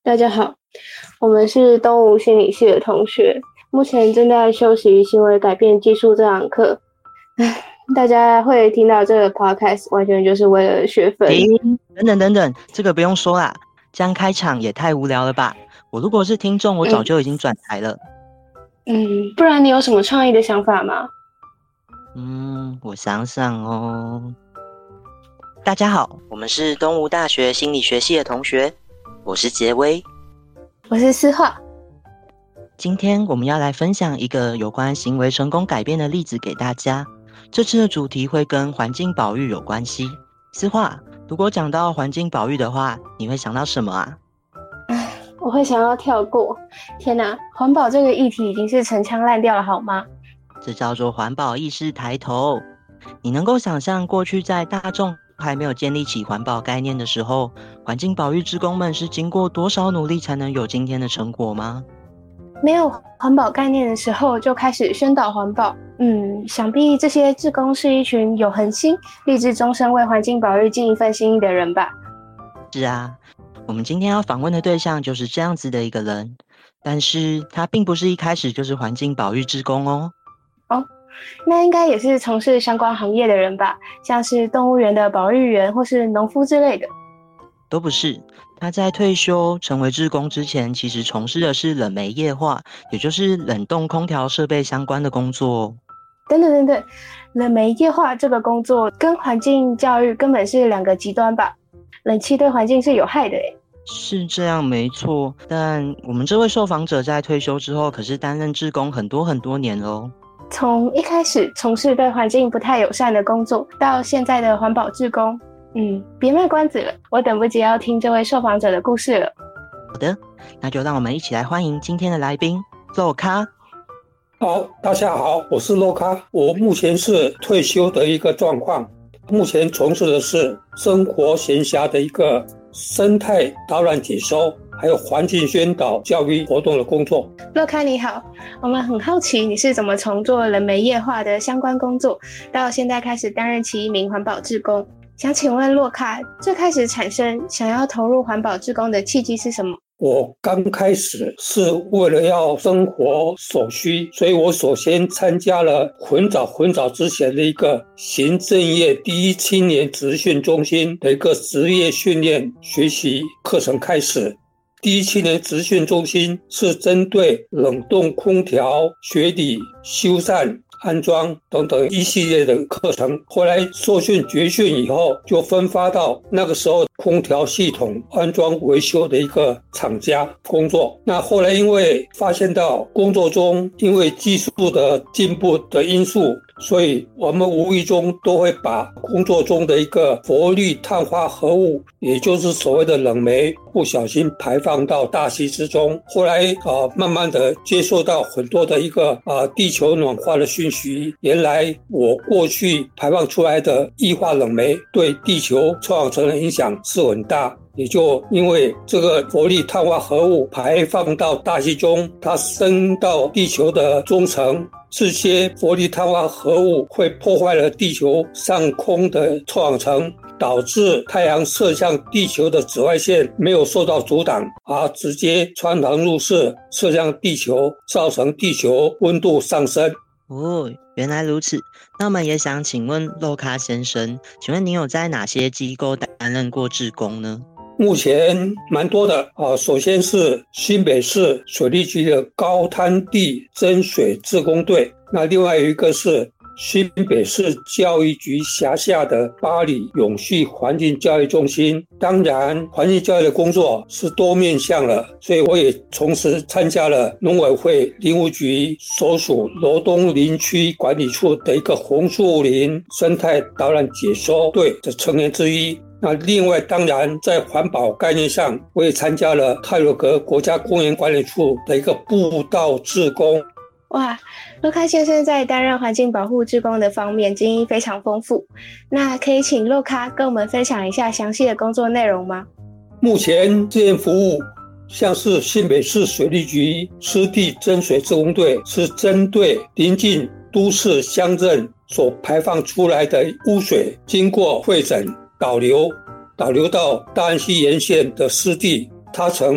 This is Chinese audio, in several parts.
大家好，我们是东吴心理系的同学，目前正在修习行为改变技术这堂课。大家会听到这个 podcast 完全就是为了学分。 等等，这个不用说啦，这样开场也太无聊了吧？我如果是听众，我早就已经转台了。 不然你有什么创意的想法吗？ 我想想哦。大家好，我们是东吴大学心理学系的同学，我是杰威， 我是思化。 今天我们要来分享一个有关行为成功改变的例子给大家。这次的主题会跟环境保育有关系。思化，如果讲到环境保育的话，你会想到什么啊？ 我会想要跳过。天哪，环保这个议题已经是陈腔滥调了好吗？ 这叫做环保意识抬头。你能够想象过去在大众还没有建立起环保概念的时候，环境保育志工们是经过多少努力才能有今天的成果吗？ 没有环保概念的时候就开始宣导环保，想必这些志工是一群有恒心、立志终身为环境保育尽一份心意的人吧？ 是啊，我们今天要访问的对象就是这样子的一个人，但是他并不是一开始就是环境保育志工哦。 那应该也是从事相关行业的人吧，像是动物园的保育员或是农夫之类的。 都不是，他在退休成为志工之前，其实从事的是冷媒液化，也就是冷冻空调设备相关的工作哦。 等等，冷媒液化这个工作跟环境教育根本是两个极端吧？冷气对环境是有害的耶。 是这样没错，但我们这位受访者在退休之后可是担任志工很多年咯。 从一开始从事对环境不太友善的工作，到现在的环保志工，别卖关子了，我等不及要听这位受访者的故事了。 好的，那就让我们一起来欢迎今天的来宾洛卡。 好，大家好，我是洛卡，我目前是退休的一个状况，目前从事的是生活闲暇的一个生态导览解说，还有环境宣导教育活动的工作。 洛卡你好，我们很好奇你是怎么从做冷媒液化的相关工作，到现在开始担任起一名环保志工。想请问洛卡，最开始产生想要投入环保志工的契机是什么？ 我刚开始是为了要生活所需，所以我首先参加了很早之前的一个行政业第一青年职训中心的一个职业训练学习课程开始。第一青年职训中心是针对冷冻空调、学理、修缮、安装等等一系列的课程，后来受训结训以后，就分发到那个时候空调系统安装维修的一个厂家工作。那后来因为发现到工作中因为技术的进步的因素，所以我们无意中都会把工作中的一个氟氯碳化合物，也就是所谓的冷媒，不小心排放到大气之中。后来慢慢的接受到很多的一个地球暖化的讯息，原来我过去排放出来的液化冷媒对地球臭氧层的影响是很大。也就因为这个氟氯碳化合物排放到大气中，它升到地球的中层，这些氟氯碳化合物会破坏了地球上空的臭氧层，导致太阳射向地球的紫外线没有受到阻挡，而直接穿堂入室射向地球，造成地球温度上升。 原来如此。那我们也想请问洛卡先生，请问您有在哪些机构担任过志工呢？ 目前蛮多的首先是新北市水利局的高滩地增水志工队，那另外有一个是新北市教育局辖下的八里永续环境教育中心。当然环境教育的工作是多面向了，所以我也同时参加了农委会林务局所属罗东林区管理处的一个红树林生态导览解说队的成员之一。那另外当然在环保概念上，我也参加了太鲁阁国家公园管理处的一个步道志工。 哇，洛卡先生在担任环境保护志工的方面经验非常丰富，那可以请洛卡跟我们分享一下详细的工作内容吗？ 目前志愿服务像是新北市水利局湿地增水志工队，是针对临近都市乡镇所排放出来的污水，经过会诊导流到大安溪沿线的湿地，它曾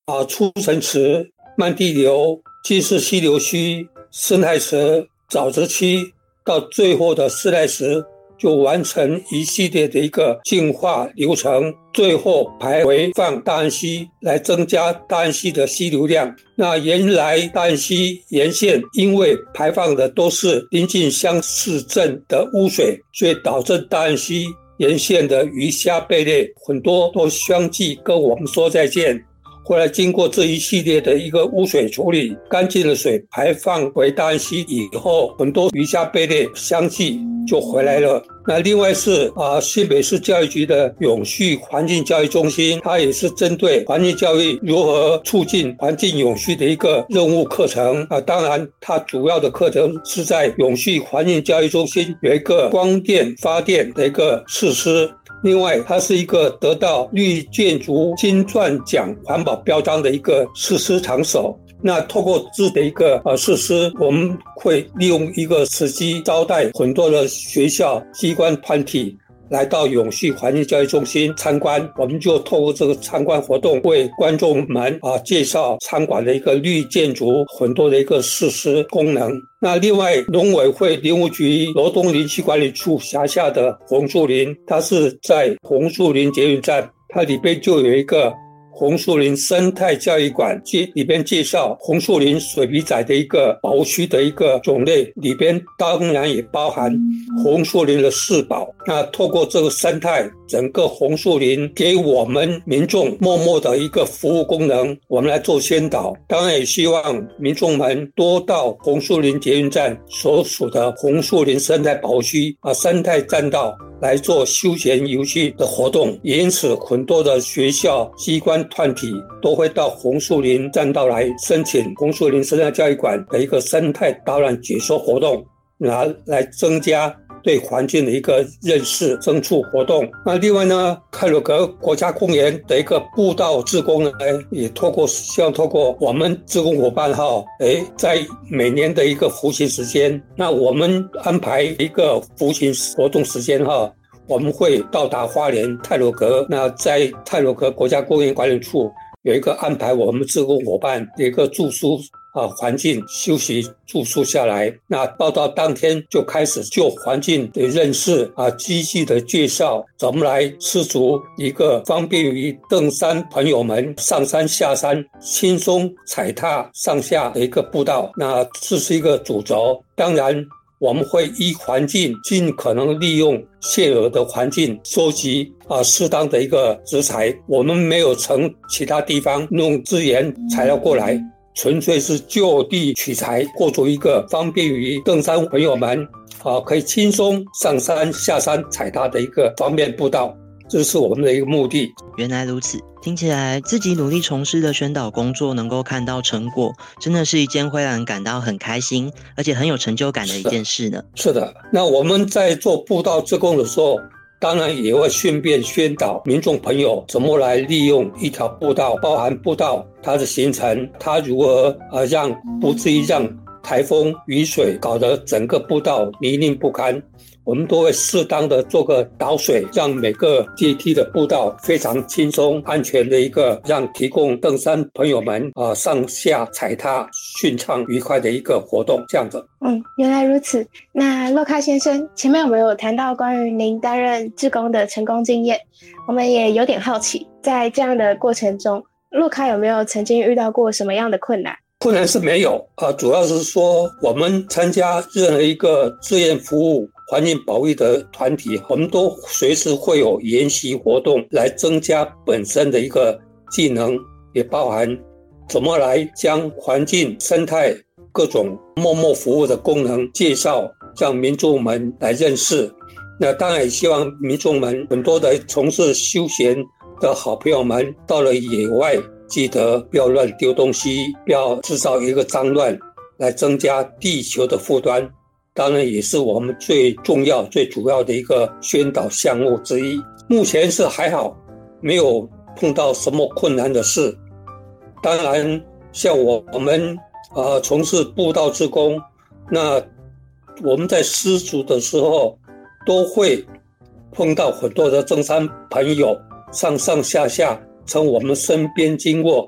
出城池、漫地流、金氏溪流区、生态池、沼泽区，到最后的施耐池，就完成一系列的一个净化流程，最后回放大安溪，来增加大安溪的溪流量。那原来大安溪沿线因为排放的都是邻近乡市镇的污水，所以导致大安溪沿线的鱼虾贝类很多都相继跟我们说再见。后来经过这一系列的一个污水处理，干净的水排放回大安溪以后，很多鱼虾贝类相继就回来了。那另外是新北市教育局的永续环境教育中心，它也是针对环境教育如何促进环境永续的一个任务课程当然它主要的课程是在永续环境教育中心有一个光电发电的一个设施。另外它是一个得到绿建筑金钻奖环保标章的一个设施场所。那透过这的一个设施，我们会利用一个时机招待很多的学校机关团体来到永续环境教育中心参观。我们就透过这个参观活动为观众们介绍参馆的一个绿建筑很多的一个设施功能。那另外农委会林务局罗东林区管理处辖下的红树林，它是在红树林捷运站，它里边就有一个红树林生态教育馆，里边介绍红树林水笔仔的一个保护区的一个种类，里边当然也包含红树林的四宝。那透过这个生态，整个红树林给我们民众默默的一个服务功能，我们来做宣导。当然也希望民众们多到红树林捷运站所属的红树林生态保护区生态栈道来做休闲游戏的活动。因此很多的学校机关团体都会到红树林栈道来申请红树林生态教育馆的一个生态导览解说活动，来增加对环境的一个认识增促活动。那另外呢，太鲁阁国家公园的一个步道志工呢，也希望透过我们志工伙伴在每年的一个服勤时间，那我们安排一个服勤活动时间我们会到达花莲太鲁阁。那在太鲁阁国家公园管理处有一个安排我们志工伙伴的一个住宿环境休息住宿下来。那报道当天就开始就环境的认识积极的介绍，怎么来吃足一个方便于登山朋友们上山下山轻松踩踏上下的一个步道。那这是一个主轴。当然我们会依环境尽可能利用现有的环境收集适当的一个植材。我们没有从其他地方弄资源材料过来，纯粹是就地取材，构筑一个方便于登山朋友们可以轻松上山下山踩踏的一个方便步道，这是我们的一个目的。 原来如此，听起来自己努力从事的宣导工作能够看到成果，真的是一件会让人感到很开心而且很有成就感的一件事呢。 是的，那我们在做步道志工的时候，当然也会顺便宣导民众朋友怎么来利用一条步道，包含步道它的形成，它如何不至于让台风雨水搞得整个步道泥泞不堪。我们都会适当的做个导水，让每个阶梯的步道非常轻松安全的一个，让提供登山朋友们上下踩踏顺畅愉快的一个活动，这样子。 原来如此。那洛卡先生前面有没有谈到关于您担任志工的成功经验？我们也有点好奇，在这样的过程中，洛卡有没有曾经遇到过什么样的困难？ 困难是没有主要是说我们参加任何一个志愿服务环境保育的团体，我们都随时会有研习活动来增加本身的一个技能，也包含怎么来将环境生态各种默默服务的功能介绍，让民众们来认识。那当然也希望民众们很多的从事休闲的好朋友们到了野外，记得不要乱丢东西，不要制造一个脏乱来增加地球的负担。当然也是我们最重要最主要的一个宣导项目之一。目前是还好，没有碰到什么困难的事。当然像我们从事步道志工，那我们在施主的时候都会碰到很多的登山朋友上上下下从我们身边经过，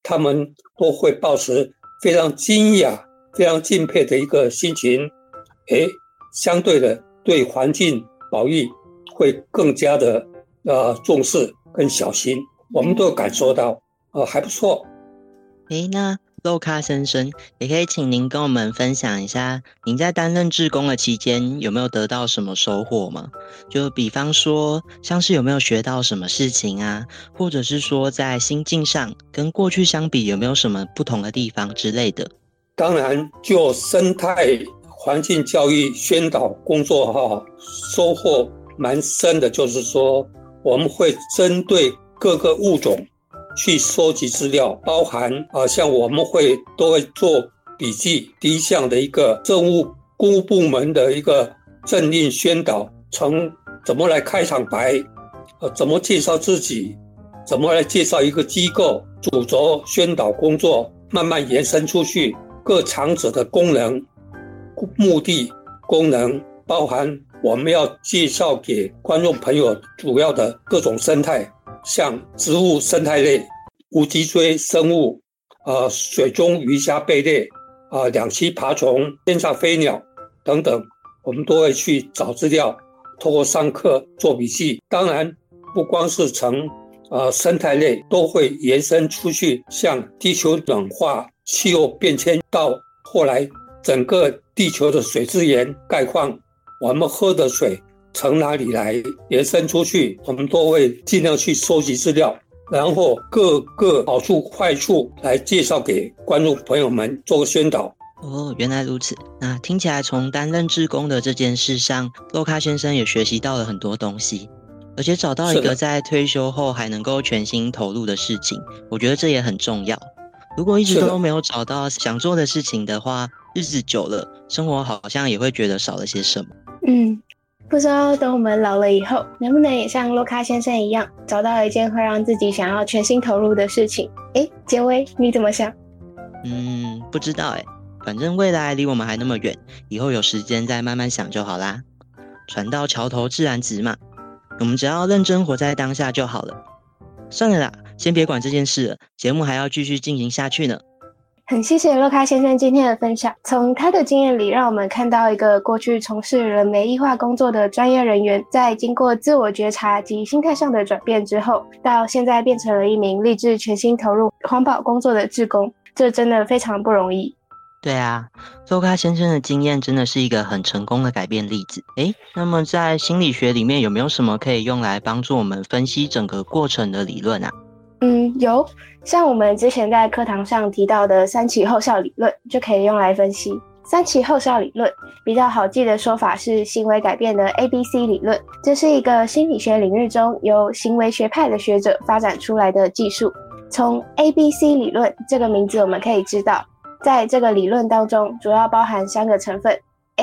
他们都会抱持非常惊讶、非常敬佩的一个心情，相对的对环境保育会更加的重视跟小心，我们都有感受到，还不错。 那洛卡先生，也可以请您跟我们分享一下，您在担任志工的期间有没有得到什么收获吗？就比方说，像是有没有学到什么事情啊，或者是说在心境上跟过去相比有没有什么不同的地方之类的。 当然，就生态环境教育宣导工作收获蛮深的，就是说我们会针对各个物种去收集资料，包含像我们都会做笔记。第一项的一个公务部门的一个政令宣导，从怎么来开场白，怎么介绍自己，怎么来介绍一个机构，主轴宣导工作慢慢延伸出去，各场址的功能、目的、功能，包含我们要介绍给观众朋友主要的各种生态，像植物生态类、无脊椎生物、水中鱼虾贝类、两栖爬虫、天上飞鸟等等，我们都会去找资料，透过上课做笔记。当然，不光是从生态类，都会延伸出去，像地球暖化、气候变迁，到后来整个地球的水资源概况，我们喝的水从哪里来，延伸出去，我们都会尽量去收集资料，然后各个好处坏处来介绍给观众朋友们做个宣导。 原来如此。那听起来从担任志工的这件事上，洛卡先生也学习到了很多东西，而且找到一个在退休后还能够全心投入的事情，我觉得这也很重要。如果一直都没有找到想做的事情的话，日子久了，生活好像也会觉得少了些什么。 不知道等我们老了以后，能不能也像洛卡先生一样，找到一件会让自己想要全心投入的事情。杰威，你怎么想？ 不知道反正未来离我们还那么远，以后有时间再慢慢想就好啦。船到桥头自然直嘛，我们只要认真活在当下就好了。算了啦，先别管这件事了，节目还要继续进行下去呢。 很谢谢洛卡先生今天的分享，从他的经验里让我们看到一个过去从事人媒异化工作的专业人员，在经过自我觉察及心态上的转变之后，到现在变成了一名立志全心投入环保工作的志工，这真的非常不容易。 对啊，洛卡先生的经验真的是一个很成功的改变例子。那么在心理学里面有没有什么可以用来帮助我们分析整个过程的理论啊？ 有，像我们之前在课堂上提到的三期后效理论就可以用来分析。三期后效理论比较好记的说法是行为改变的 ABC 理论，这是一个心理学领域中由行为学派的学者发展出来的技术。从 ABC 理论这个名字我们可以知道，在这个理论当中主要包含3个成分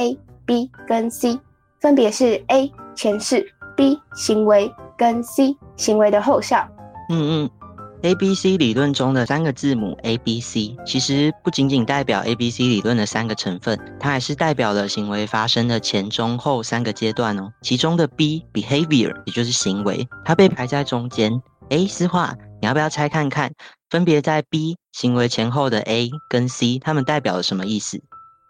A、B 跟 C， 分别是 A 前世、B 行为跟 C 行为的后效。 ABC 理论中的3个字母 ABC 其实不仅仅代表 ABC 理论的3个成分，它还是代表了行为发生的前中后3个阶段哦。其中的 B behavior 也就是行为，它被排在中间。思化，你要不要猜看看，分别在 B 行为前后的 A 跟 C 它们代表了什么意思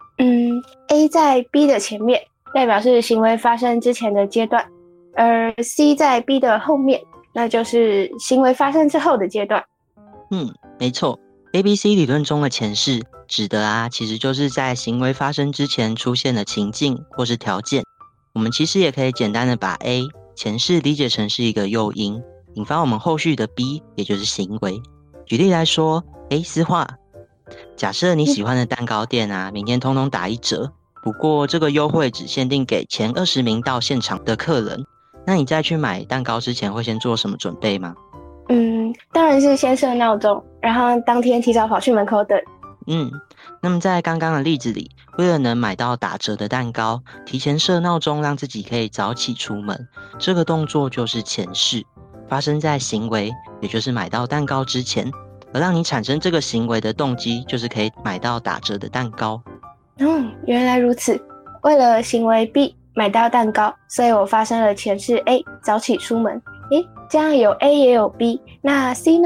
？A 在 B 的前面，代表是行为发生之前的阶段，而 C 在 B 的后面，那就是行为发生之后的阶段。 没错， ABC 理论中的前世指的其实就是在行为发生之前出现的情境或是条件。我们其实也可以简单的把 A 前世理解成是一个诱因，引发我们后续的 B 也就是行为。举例来说，思化，假设你喜欢的蛋糕店明天通通打1折，不过这个优惠只限定给前20名到现场的客人，那你在去买蛋糕之前会先做什么准备吗？ 当然是先设闹钟，然后当天提早跑去门口等。 那么在刚刚的例子里，为了能买到打折的蛋糕，提前设闹钟让自己可以早起出门，这个动作就是前世，发生在行为，也就是买到蛋糕之前，而让你产生这个行为的动机就是可以买到打折的蛋糕。 原来如此，为了行为 B 买到蛋糕，所以我发生了前世 A 早起出门。这样有 A 也有 B， 那 C 呢？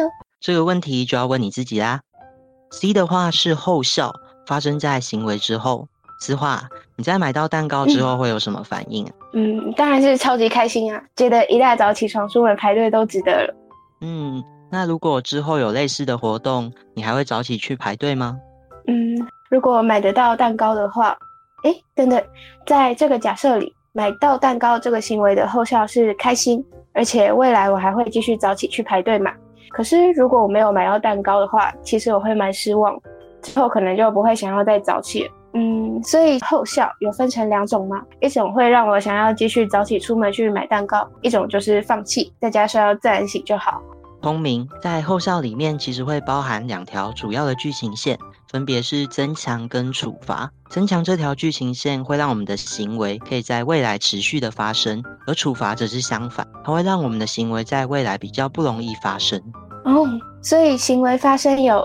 这个问题就要问你自己啦。C 的话是后效，发生在行为之后。思化，你在买到蛋糕之后会有什么反应啊？ 当然是超级开心啊，觉得一大早起床出门排队都值得了。 那如果之后有类似的活动，你还会早起去排队吗？ 如果买得到蛋糕的话，等等，在这个假设里，买到蛋糕这个行为的后效是开心，而且未来我还会继续早起去排队买。可是如果我没有买到蛋糕的话，其实我会蛮失望，之后可能就不会想要再早起了。所以后效有分成2种嘛，一种会让我想要继续早起出门去买蛋糕，一种就是放弃，在家睡到自然醒就好。 聪明，在后效里面其实会包含2条主要的剧情线，分别是增强跟处罚。增强这条剧情线会让我们的行为可以在未来持续的发生，而处罚则是相反，它会让我们的行为在未来比较不容易发生。 所以行为发生有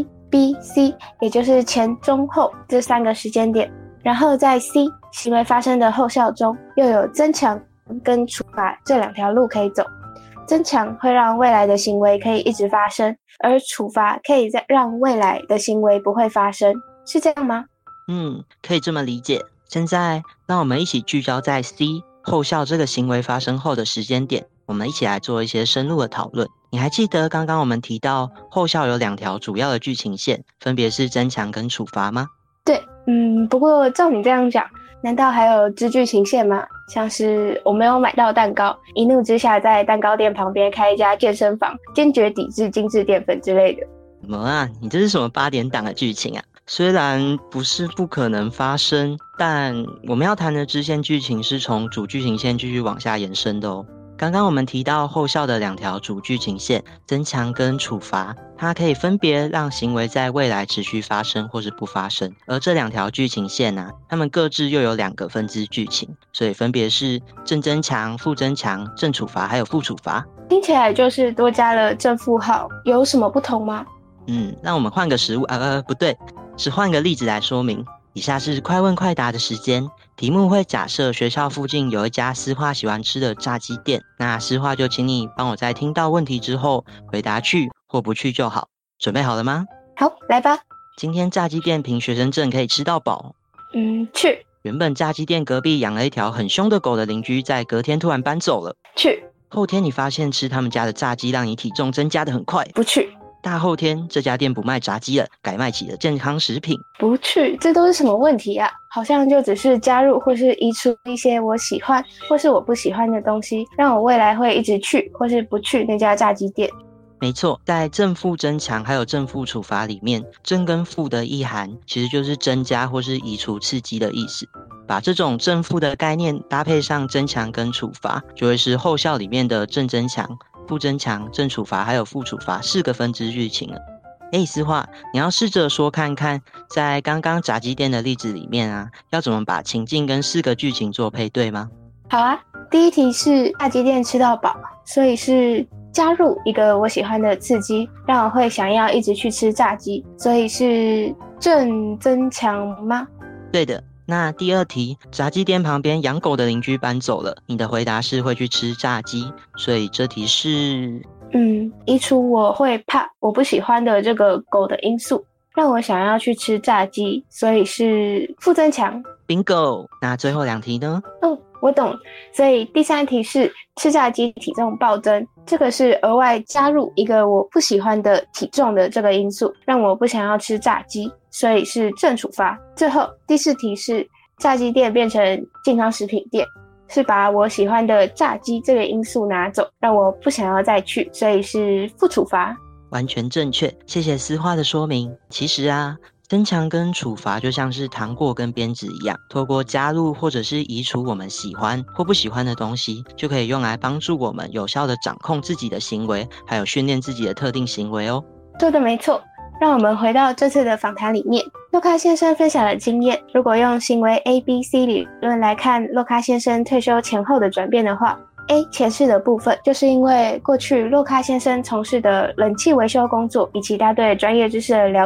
A、B、C， 也就是前、中、后这3个时间点。然后在 C 行为发生的后效中，又有增强跟处罚这2条路可以走。增强会让未来的行为可以一直发生，而处罚可以让未来的行为不会发生，是这样吗？ 可以这么理解。现在让我们一起聚焦在 C 后效这个行为发生后的时间点，我们一起来做一些深入的讨论。你还记得刚刚我们提到后效有2条主要的剧情线，分别是增强跟处罚吗？ 对，不过照你这样讲，难道还有支剧情线吗？像是我没有买到蛋糕，一怒之下在蛋糕店旁边开一家健身房，坚决抵制精致淀粉之类的。 什么啊？你这是什么8点档的剧情啊？虽然不是不可能发生，但我们要谈的支线剧情是从主剧情线继续往下延伸的哦。刚刚我们提到后效的2条主剧情线，增强跟处罚，它可以分别让行为在未来持续发生或是不发生。而这2条剧情线啊，它们各自又有2个分支剧情，所以分别是正增强、负增强、正处罚还有负处罚。 听起来就是多加了正负号，有什么不同吗？ 让我们换个实物不对，是换个例子来说明。以下是快问快答的时间，题目会假设学校附近有一家思化喜欢吃的炸鸡店，那思化就请你帮我在听到问题之后回答去或不去就好。准备好了吗？ 好，来吧。 今天炸鸡店凭学生证可以吃到饱。 去。 原本炸鸡店隔壁养了一条很凶的狗的邻居，在隔天突然搬走了。 去。 后天你发现吃他们家的炸鸡让你体重增加得很快。 不去。 大后天这家店不卖炸鸡了，改卖起了健康食品。 不去，这都是什么问题啊？好像就只是加入或是移除一些我喜欢或是我不喜欢的东西，让我未来会一直去或是不去那家炸鸡店。 没错，在正负增强还有正负处罚里面，正跟负的意涵其实就是增加或是移除刺激的意思。把这种正负的概念搭配上增强跟处罚，就会是后效里面的正增强、负增强、正处罚还有负处罚4个分支剧情了。思化，你要试着说看看，在刚刚炸鸡店的例子里面啊，要怎么把情境跟4个剧情做配对吗？ 好啊，第一题是炸鸡店吃到饱，所以是加入一个我喜欢的刺激，让我会想要一直去吃炸鸡，所以是正增强吗？对的。 那第2题，炸鸡店旁边养狗的邻居搬走了，你的回答是会去吃炸鸡，所以这题是移除我会怕我不喜欢的这个狗的因素，让我想要去吃炸鸡，所以是负增强。 Bingo。 那最后2题呢？ 我懂，所以第3题是吃炸鸡体重暴增，这个是额外加入一个我不喜欢的体重的这个因素，让我不想要吃炸鸡，所以是正处罚。最后第4题是炸鸡店变成健康食品店，是把我喜欢的炸鸡这个因素拿走，让我不想要再去，所以是负处罚。 完全正确，谢谢思化的说明。其实啊，增强跟处罚就像是糖果跟鞭子一样，透过加入或者是移除我们喜欢或不喜欢的东西，就可以用来帮助我们有效的掌控自己的行为，还有训练自己的特定行为哦。 说的没错。让我们回到这次的访谈里面，洛卡先生分享的经验，如果用行为 ABC 理论来看洛卡先生退休前后的转变的话， A 前世的部分就是因为过去洛卡先生从事的冷气维修工作以及他对专业知识的了解，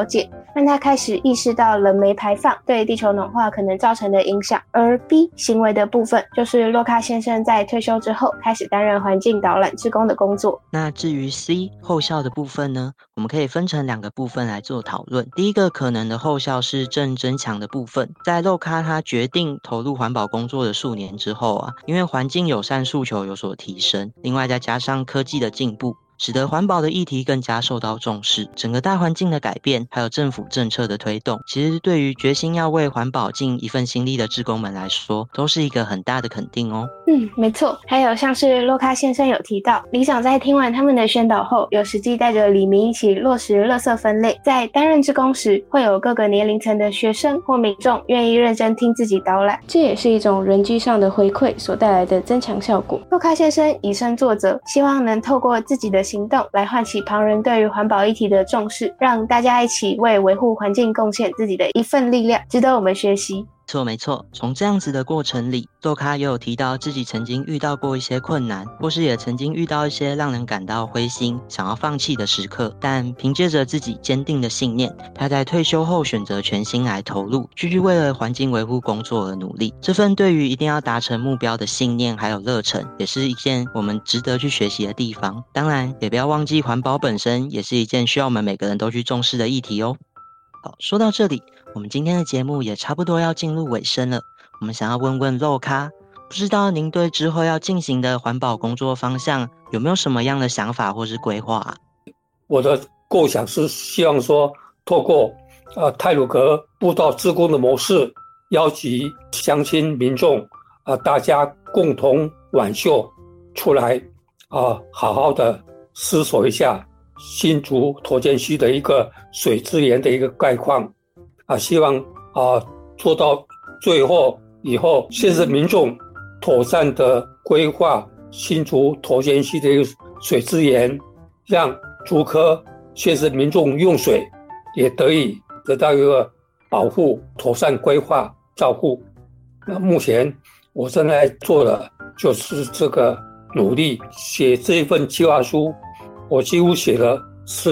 让他开始意识到冷媒排放对地球暖化可能造成的影响。而 B 行为的部分，就是洛卡先生在退休之后开始担任环境导览志工的工作。 那至于 C 后效的部分呢，我们可以分成2个部分来做讨论。第一个可能的后效是正增强的部分，在洛卡他决定投入环保工作的数年之后啊，因为环境友善诉求有所提升，另外再加上科技的进步，使得环保的议题更加受到重视，整个大环境的改变还有政府政策的推动，其实对于决心要为环保尽一份心力的志工们来说，都是一个很大的肯定哦。 没错，还有像是洛卡先生有提到，里长在听完他们的宣导后，有实际带着里民一起落实垃圾分类，在担任志工时，会有各个年龄层的学生或民众愿意认真听自己导览，这也是一种人际上的回馈所带来的增强效果。洛卡先生以身作则，希望能透过自己的行动来唤起旁人对于环保议题的重视，让大家一起为维护环境贡献自己的一份力量，值得我们学习。 没错，从这样子的过程里，洛卡也有提到自己曾经遇到过一些困难，或是也曾经遇到一些让人感到灰心想要放弃的时刻，但凭借着自己坚定的信念，他在退休后选择全心来投入，继续为了环境维护工作而努力。这份对于一定要达成目标的信念还有热忱，也是一件我们值得去学习的地方。当然也不要忘记，环保本身也是一件需要我们每个人都去重视的议题哦。好，说到这里，我们今天的节目也差不多要进入尾声了。我们想要问问洛卡，不知道您对之后要进行的环保工作方向有没有什么样的想法或是规划啊？ 我的构想是希望说，透过太鲁阁步道志工的模式，邀集乡亲民众大家共同挽袖出来好好的思索一下新竹头前溪的一个水资源的一个概况希望做到最后以后，县市民众妥善的规划新竹头前溪的一个水资源，让竹科县市民众用水也得以得到一个保护、妥善规划、照顾。那目前我正在做的就是这个努力写这一份计划书，我几乎写了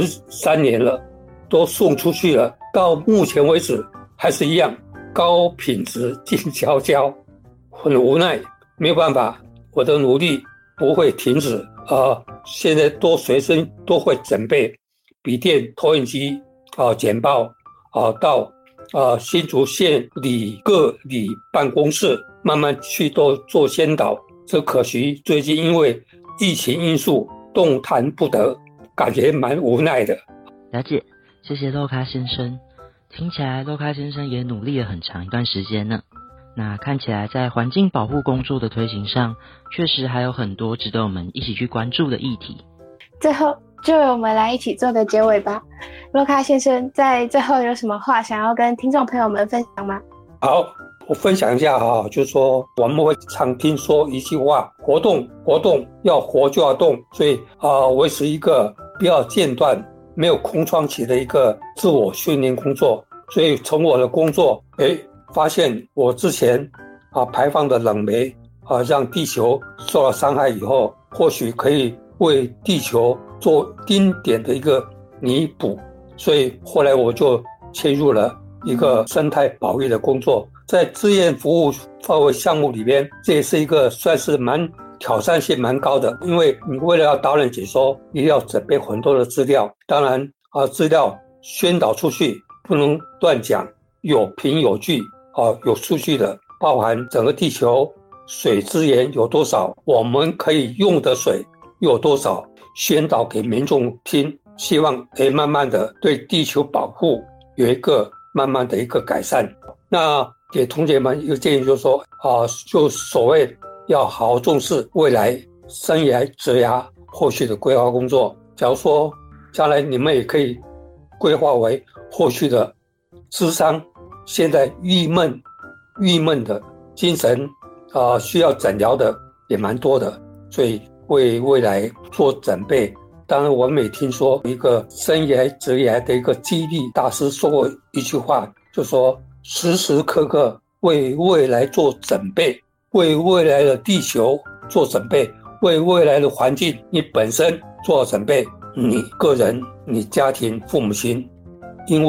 13年了，都送出去了，到目前为止还是一样高品质静悄悄，很无奈，没有办法，我的努力不会停止现在都随身都会准备笔电、投影机简报到新竹县各里办公室慢慢去都做先导。这可惜最近因为疫情因素动弹不得，感觉蛮无奈的。 了解，谢谢洛卡先生。听起来洛卡先生也努力了很长一段时间呢。那看起来在环境保护工作的推行上，确实还有很多值得我们一起去关注的议题。最后就由我们来一起做个结尾吧。洛卡先生在最后有什么话想要跟听众朋友们分享吗？ 好，我分享一下就是说我们会常听说一句话，活动要活就要动，所以维持一个不要间断没有空窗期的一个自我训练工作。所以从我的工作发现我之前排放的冷媒让地球受到伤害以后，或许可以为地球做丁点的一个弥补，所以后来我就切入了一个生态保育的工作。在志愿服务范围项目里面，这也是一个算是蛮挑战性蛮高的，因为你为了要导览解说，一定要准备很多的资料，当然资料宣导出去不能乱讲，有凭有据有数据的，包含整个地球水资源有多少，我们可以用的水有多少，宣导给民众听，希望慢慢的对地球保护有一个慢慢的一个改善。那给同学们一个建议，就是说就所谓要好好重视未来生涯职涯后续的规划工作。假如说将来你们也可以规划为后续的諮商，现在郁闷的精神需要诊疗的也蛮多的，所以为未来做准备。当然我们也听说一个生涯职涯的一个激励大师说过一句话，就说时时刻刻为未来做准备，为未来的地球做准备，为未来的环境你本身做准备，你个人你家庭父母亲，因为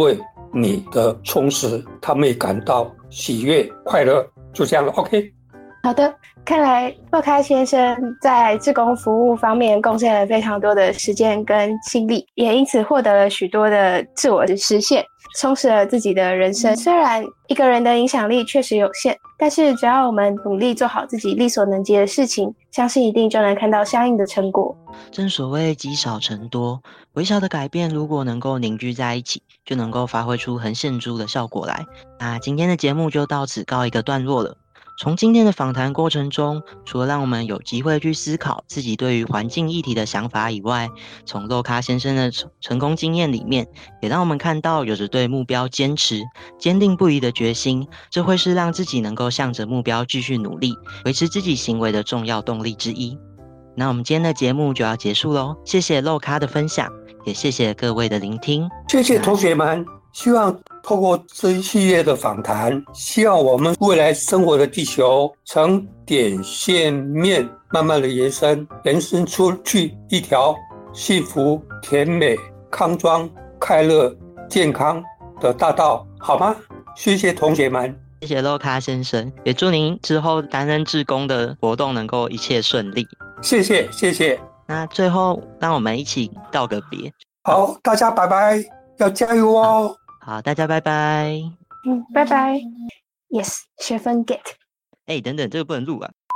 你的充实，他们也感到喜悦快乐，就这样了。 OK。 好的，看来洛卡先生在志工服务方面贡献了非常多的时间跟心力，也因此获得了许多的自我实现，充实了自己的人生。虽然一个人的影响力确实有限，但是只要我们努力做好自己力所能及的事情，相信一定就能看到相应的成果。 正所谓积少成多，微小的改变如果能够凝聚在一起，就能够发挥出很显著的效果来。那今天的节目就到此告一个段落了。从今天的访谈过程中，除了让我们有机会去思考自己对于环境议题的想法以外，从洛卡先生的成功经验里面，也让我们看到有着对目标坚持、坚定不移的决心，这会是让自己能够向着目标继续努力、维持自己行为的重要动力之一。那我们今天的节目就要结束咯，谢谢洛卡的分享，也谢谢各位的聆听。 谢谢同学们，希望透过这一系列的访谈，希望我们未来生活的地球从点线面慢慢的延伸出去一条幸福、甜美、康庄、快乐、健康的大道，好吗？谢谢同学们。 谢谢洛卡先生，也祝您之后担任志工的活动能够一切顺利。 谢谢谢谢。 那最后让我们一起道个别。 好，大家拜拜，要加油哦。 好，大家拜拜。 拜拜。Yes， 学分 get。 等等，这个不能录啊。